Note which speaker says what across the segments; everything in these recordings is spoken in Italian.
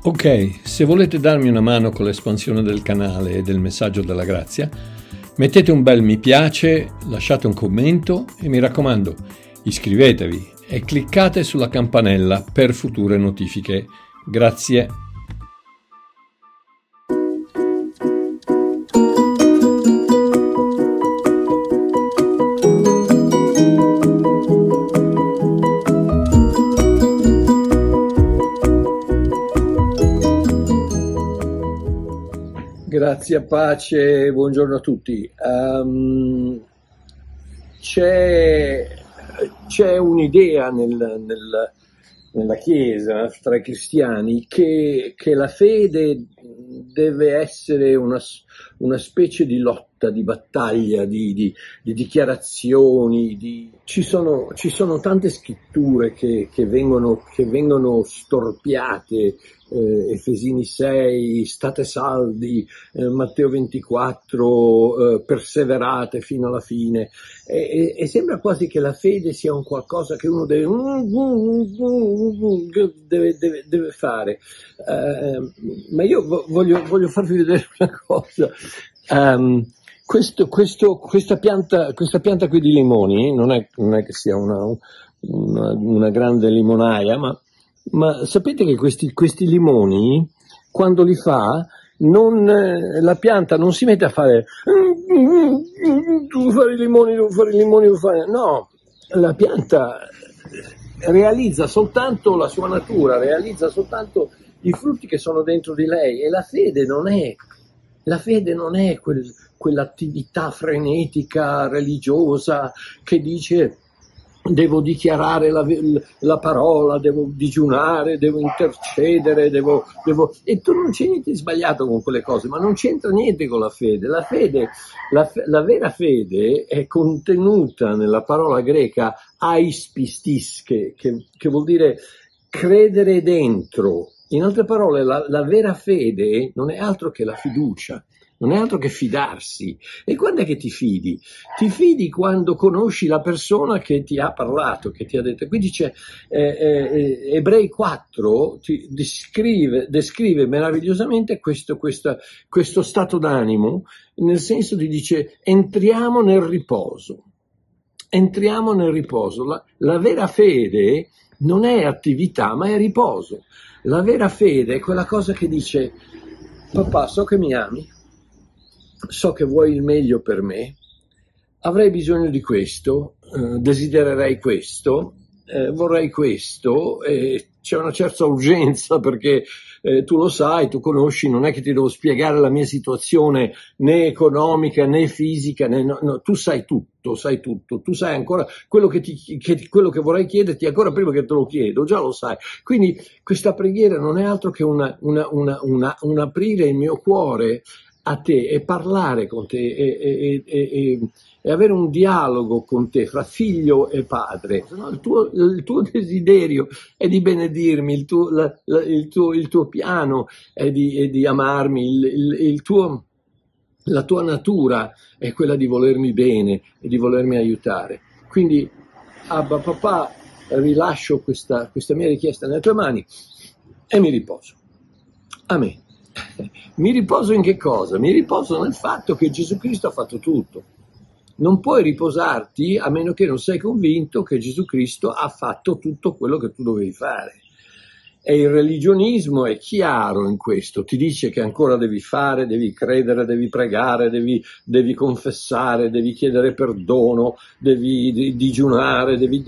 Speaker 1: Ok, se volete darmi una mano con l'espansione del canale e del messaggio della grazia, mettete un bel mi piace, lasciate un commento e mi raccomando, iscrivetevi e cliccate sulla campanella per future notifiche. Grazie. Grazie, pace, buongiorno a tutti. C'è un'idea nella Chiesa, tra i cristiani, che la fede deve essere una specie di lotta, di battaglia, di dichiarazioni. Ci sono tante scritture che vengono storpiate. Efesini 6, state saldi, Matteo 24, perseverate fino alla fine, e sembra quasi che la fede sia un qualcosa che uno deve fare, ma io voglio farvi vedere una cosa. Questa pianta qui di limoni non è che sia una grande limonaia, ma sapete che questi limoni, quando li fa, la pianta non si mette a fare devo fare i limoni, no, la pianta realizza soltanto la sua natura, realizza soltanto i frutti che sono dentro di lei, e la fede non è quell'attività frenetica religiosa che dice devo dichiarare la parola, devo digiunare, devo intercedere, e tu non c'è niente di sbagliato con quelle cose, ma non c'entra niente con la fede. La vera fede è contenuta nella parola greca aispistis, che vuol dire credere dentro. In altre parole, la vera fede non è altro che la fiducia. Non è altro che fidarsi. E quando è che ti fidi? Ti fidi quando conosci la persona che ti ha parlato, che ti ha detto. Qui dice, Ebrei 4 descrive meravigliosamente questo stato d'animo, nel senso di dice, entriamo nel riposo. Entriamo nel riposo. La vera fede non è attività, ma è riposo. La vera fede è quella cosa che dice, papà, so che mi ami, so che vuoi il meglio per me, avrei bisogno di questo, desidererei questo, vorrei questo, c'è una certa urgenza perché tu lo sai, tu conosci, non è che ti devo spiegare la mia situazione né economica né fisica, no, tu sai tutto, tu sai ancora quello quello che vorrei chiederti ancora prima che te lo chiedo, già lo sai. Quindi questa preghiera non è altro che un aprire il mio cuore a te e parlare con te e avere un dialogo con te fra figlio e padre. No, il tuo desiderio è di benedirmi, il tuo piano è di amarmi, la tua natura è quella di volermi bene e di volermi aiutare. Quindi, Abba papà, rilascio questa mia richiesta nelle tue mani e mi riposo. Amen. Mi riposo in che cosa? Mi riposo nel fatto che Gesù Cristo ha fatto tutto. Non puoi riposarti a meno che non sei convinto che Gesù Cristo ha fatto tutto quello che tu dovevi fare. E il religionismo è chiaro in questo, ti dice che ancora devi fare, devi credere, devi pregare, devi confessare, devi chiedere perdono, devi digiunare, devi.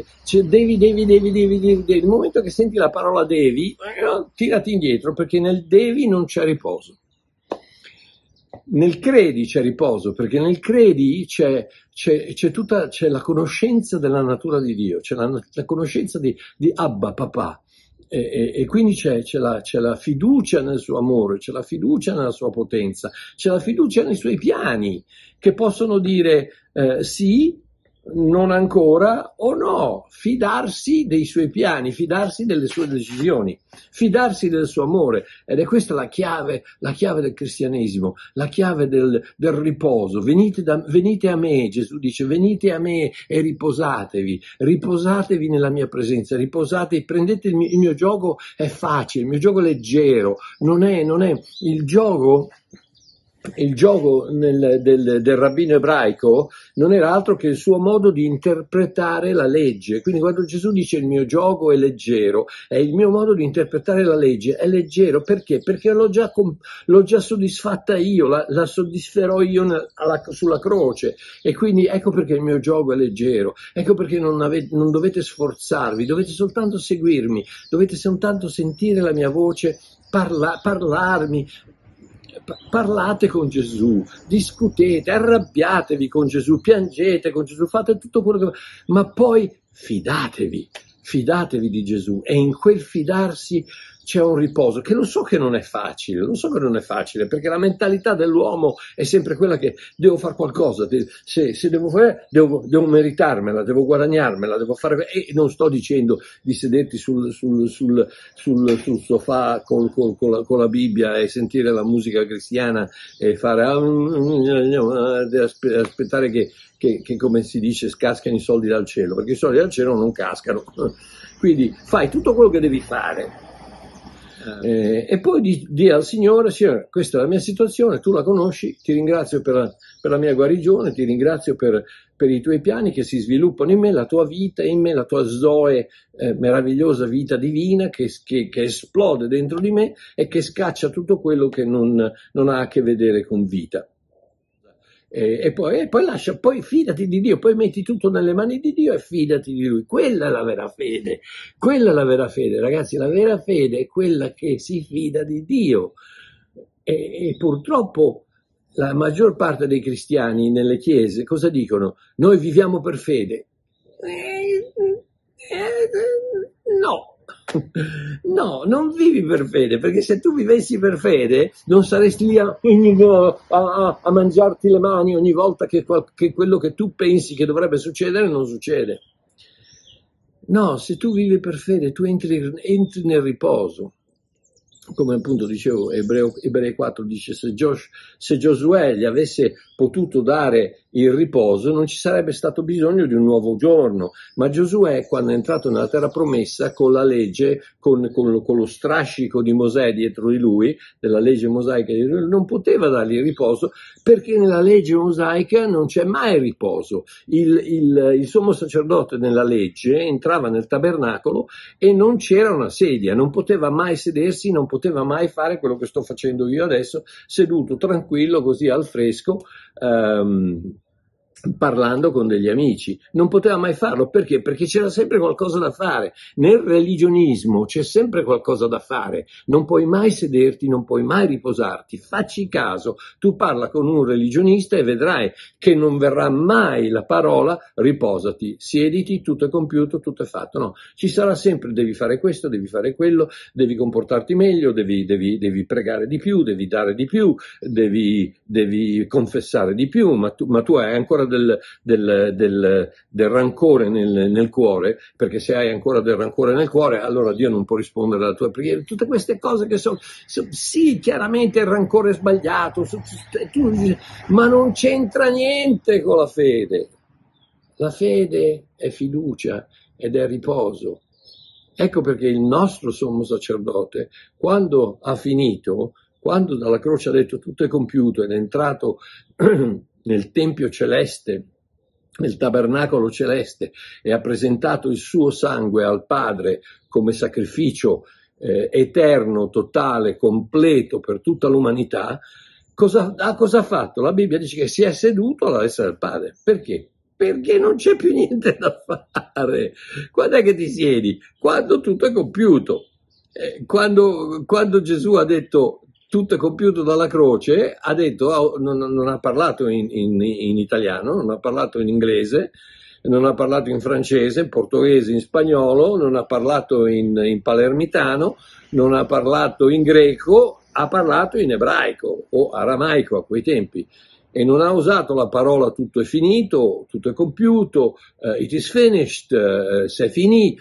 Speaker 1: Il momento che senti la parola devi, tirati indietro, perché nel devi non c'è riposo. Nel credi c'è riposo, perché nel credi c'è la conoscenza della natura di Dio, c'è la conoscenza di Abba, papà. E quindi c'è la fiducia nel suo amore, c'è la fiducia nella sua potenza, c'è la fiducia nei suoi piani, che possono dire sì non ancora o no, fidarsi dei suoi piani, fidarsi delle sue decisioni, fidarsi del suo amore. Ed è questa la chiave del cristianesimo, la chiave del riposo. Venite a me, Gesù dice, venite a me e riposatevi nella mia presenza, riposatevi, prendete il mio giogo, è facile, il mio giogo è leggero, non è il giogo. Il gioco del rabbino ebraico non era altro che il suo modo di interpretare la legge. Quindi quando Gesù dice il mio gioco è leggero, è il mio modo di interpretare la legge, è leggero perché? Perché l'ho già soddisfatta io, la soddisferò io sulla croce, e quindi ecco perché il mio gioco è leggero, ecco perché non dovete sforzarvi, dovete soltanto seguirmi, dovete soltanto sentire la mia voce, parlarmi. Parlate con Gesù, discutete, arrabbiatevi con Gesù, piangete con Gesù, fate tutto quello che... ma poi fidatevi di Gesù, e in quel fidarsi c'è un riposo, che lo so che non è facile, perché la mentalità dell'uomo è sempre quella che devo fare qualcosa, se devo fare, devo meritarmela, devo guadagnarmela, devo fare, e non sto dicendo di sederti sul sofà con la Bibbia e sentire la musica cristiana e fare aspettare che come si dice cascano i soldi dal cielo, perché i soldi dal cielo non cascano. Quindi fai tutto quello che devi fare. E poi di al Signore, questa è la mia situazione, tu la conosci, ti ringrazio per la mia guarigione, ti ringrazio per i tuoi piani che si sviluppano in me, la tua vita in me, la tua Zoe, meravigliosa vita divina che esplode dentro di me e che scaccia tutto quello che non ha a che vedere con vita. E poi fidati di Dio, poi metti tutto nelle mani di Dio e fidati di Lui. Quella è la vera fede, ragazzi. La vera fede è quella che si fida di Dio, e purtroppo la maggior parte dei cristiani nelle chiese cosa dicono? Noi viviamo per fede. No, non vivi per fede, perché se tu vivessi per fede non saresti lì a mangiarti le mani ogni volta che quello che tu pensi che dovrebbe succedere non succede. No, se tu vivi per fede, tu entri nel riposo. Come appunto dicevo, Ebrei 4 dice, se Giosuè gli avesse potuto dare il riposo non ci sarebbe stato bisogno di un nuovo giorno, ma Giosuè, quando è entrato nella terra promessa, con la legge, con lo strascico di Mosè dietro di lui, della legge mosaica, non poteva dargli il riposo, perché nella legge mosaica non c'è mai riposo. Il sommo sacerdote nella legge entrava nel tabernacolo e non c'era una sedia, non poteva mai sedersi, non poteva mai fare quello che sto facendo io adesso, seduto tranquillo così al fresco, parlando con degli amici. Non poteva mai farlo, perché? Perché c'era sempre qualcosa da fare. Nel religionismo c'è sempre qualcosa da fare, non puoi mai sederti, non puoi mai riposarti. Facci caso, tu parla con un religionista e vedrai che non verrà mai la parola riposati, siediti, tutto è compiuto, tutto è fatto. No, ci sarà sempre, devi fare questo, devi fare quello, devi comportarti meglio, devi pregare di più, devi dare di più, devi confessare di più, ma tu hai ancora del rancore nel cuore, perché se hai ancora del rancore nel cuore, allora Dio non può rispondere alla tua preghiera. Tutte queste cose che sono sì, chiaramente il rancore è sbagliato, ma non c'entra niente con la fede. La fede è fiducia ed è riposo. Ecco perché il nostro sommo sacerdote, quando ha finito, quando dalla croce ha detto tutto è compiuto ed è entrato nel tempio celeste, nel tabernacolo celeste, e ha presentato il suo sangue al Padre come sacrificio eterno, totale, completo per tutta l'umanità, cosa ha fatto? La Bibbia dice che si è seduto alla destra del Padre. Perché? Perché non c'è più niente da fare. Quando è che ti siedi? Quando tutto è compiuto. Quando Gesù ha detto tutto è compiuto dalla croce, ha detto, non ha parlato in italiano, non ha parlato in inglese, non ha parlato in francese, in portoghese, in spagnolo, non ha parlato in palermitano, non ha parlato in greco, ha parlato in ebraico o aramaico a quei tempi. e non ha usato la parola tutto è finito, tutto è compiuto, it is finished, c'est fini,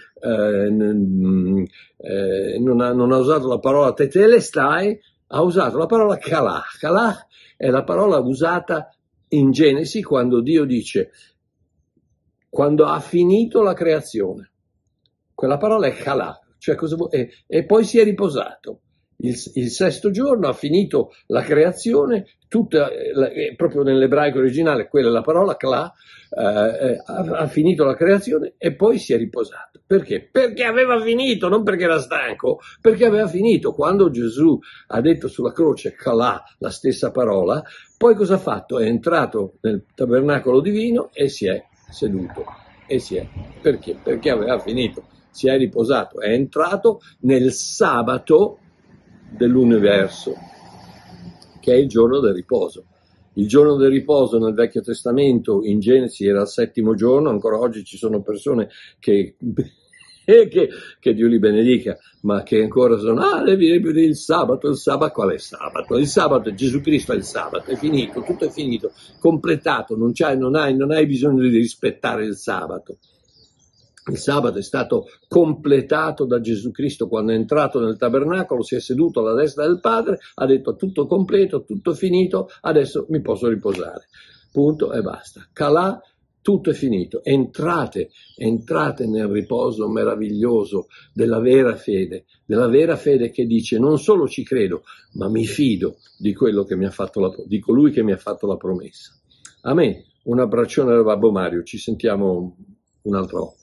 Speaker 1: non ha usato la parola tetelestai, ha usato la parola kalach. Kalach è la parola usata in Genesi quando Dio dice, quando ha finito la creazione. Quella parola è kalach, cioè e poi si è riposato. Il sesto giorno ha finito la creazione, proprio nell'ebraico originale, quella è la parola kala, ha finito la creazione e poi si è riposato. Perché? Perché aveva finito, non perché era stanco, perché aveva finito. Quando Gesù ha detto sulla croce kala, la stessa parola, poi cosa ha fatto? È entrato nel tabernacolo divino e si è seduto. Perché? Perché aveva finito, si è riposato, è entrato nel sabato dell'universo, che è il giorno del riposo. Il giorno del riposo nel Vecchio Testamento, in Genesi, era il settimo giorno. Ancora oggi ci sono persone che Dio li benedica, ma che ancora sono, il sabato, qual è il sabato? Il sabato è Gesù Cristo, è il sabato, è finito, tutto è finito, completato, non hai bisogno di rispettare il sabato. Il sabato è stato completato da Gesù Cristo quando è entrato nel tabernacolo, si è seduto alla destra del Padre, ha detto tutto completo, tutto finito, adesso mi posso riposare. Punto e basta. Calà, tutto è finito. Entrate nel riposo meraviglioso della vera fede che dice non solo ci credo, ma mi fido di quello che mi ha fatto di colui che mi ha fatto la promessa. Amen. Un abbraccione al Babbo Mario, ci sentiamo un'altra volta.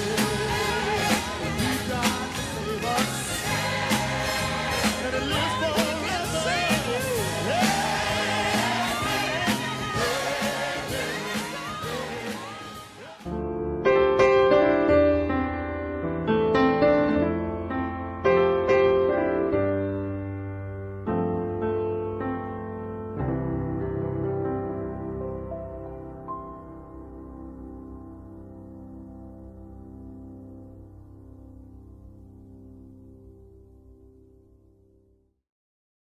Speaker 2: Let's go.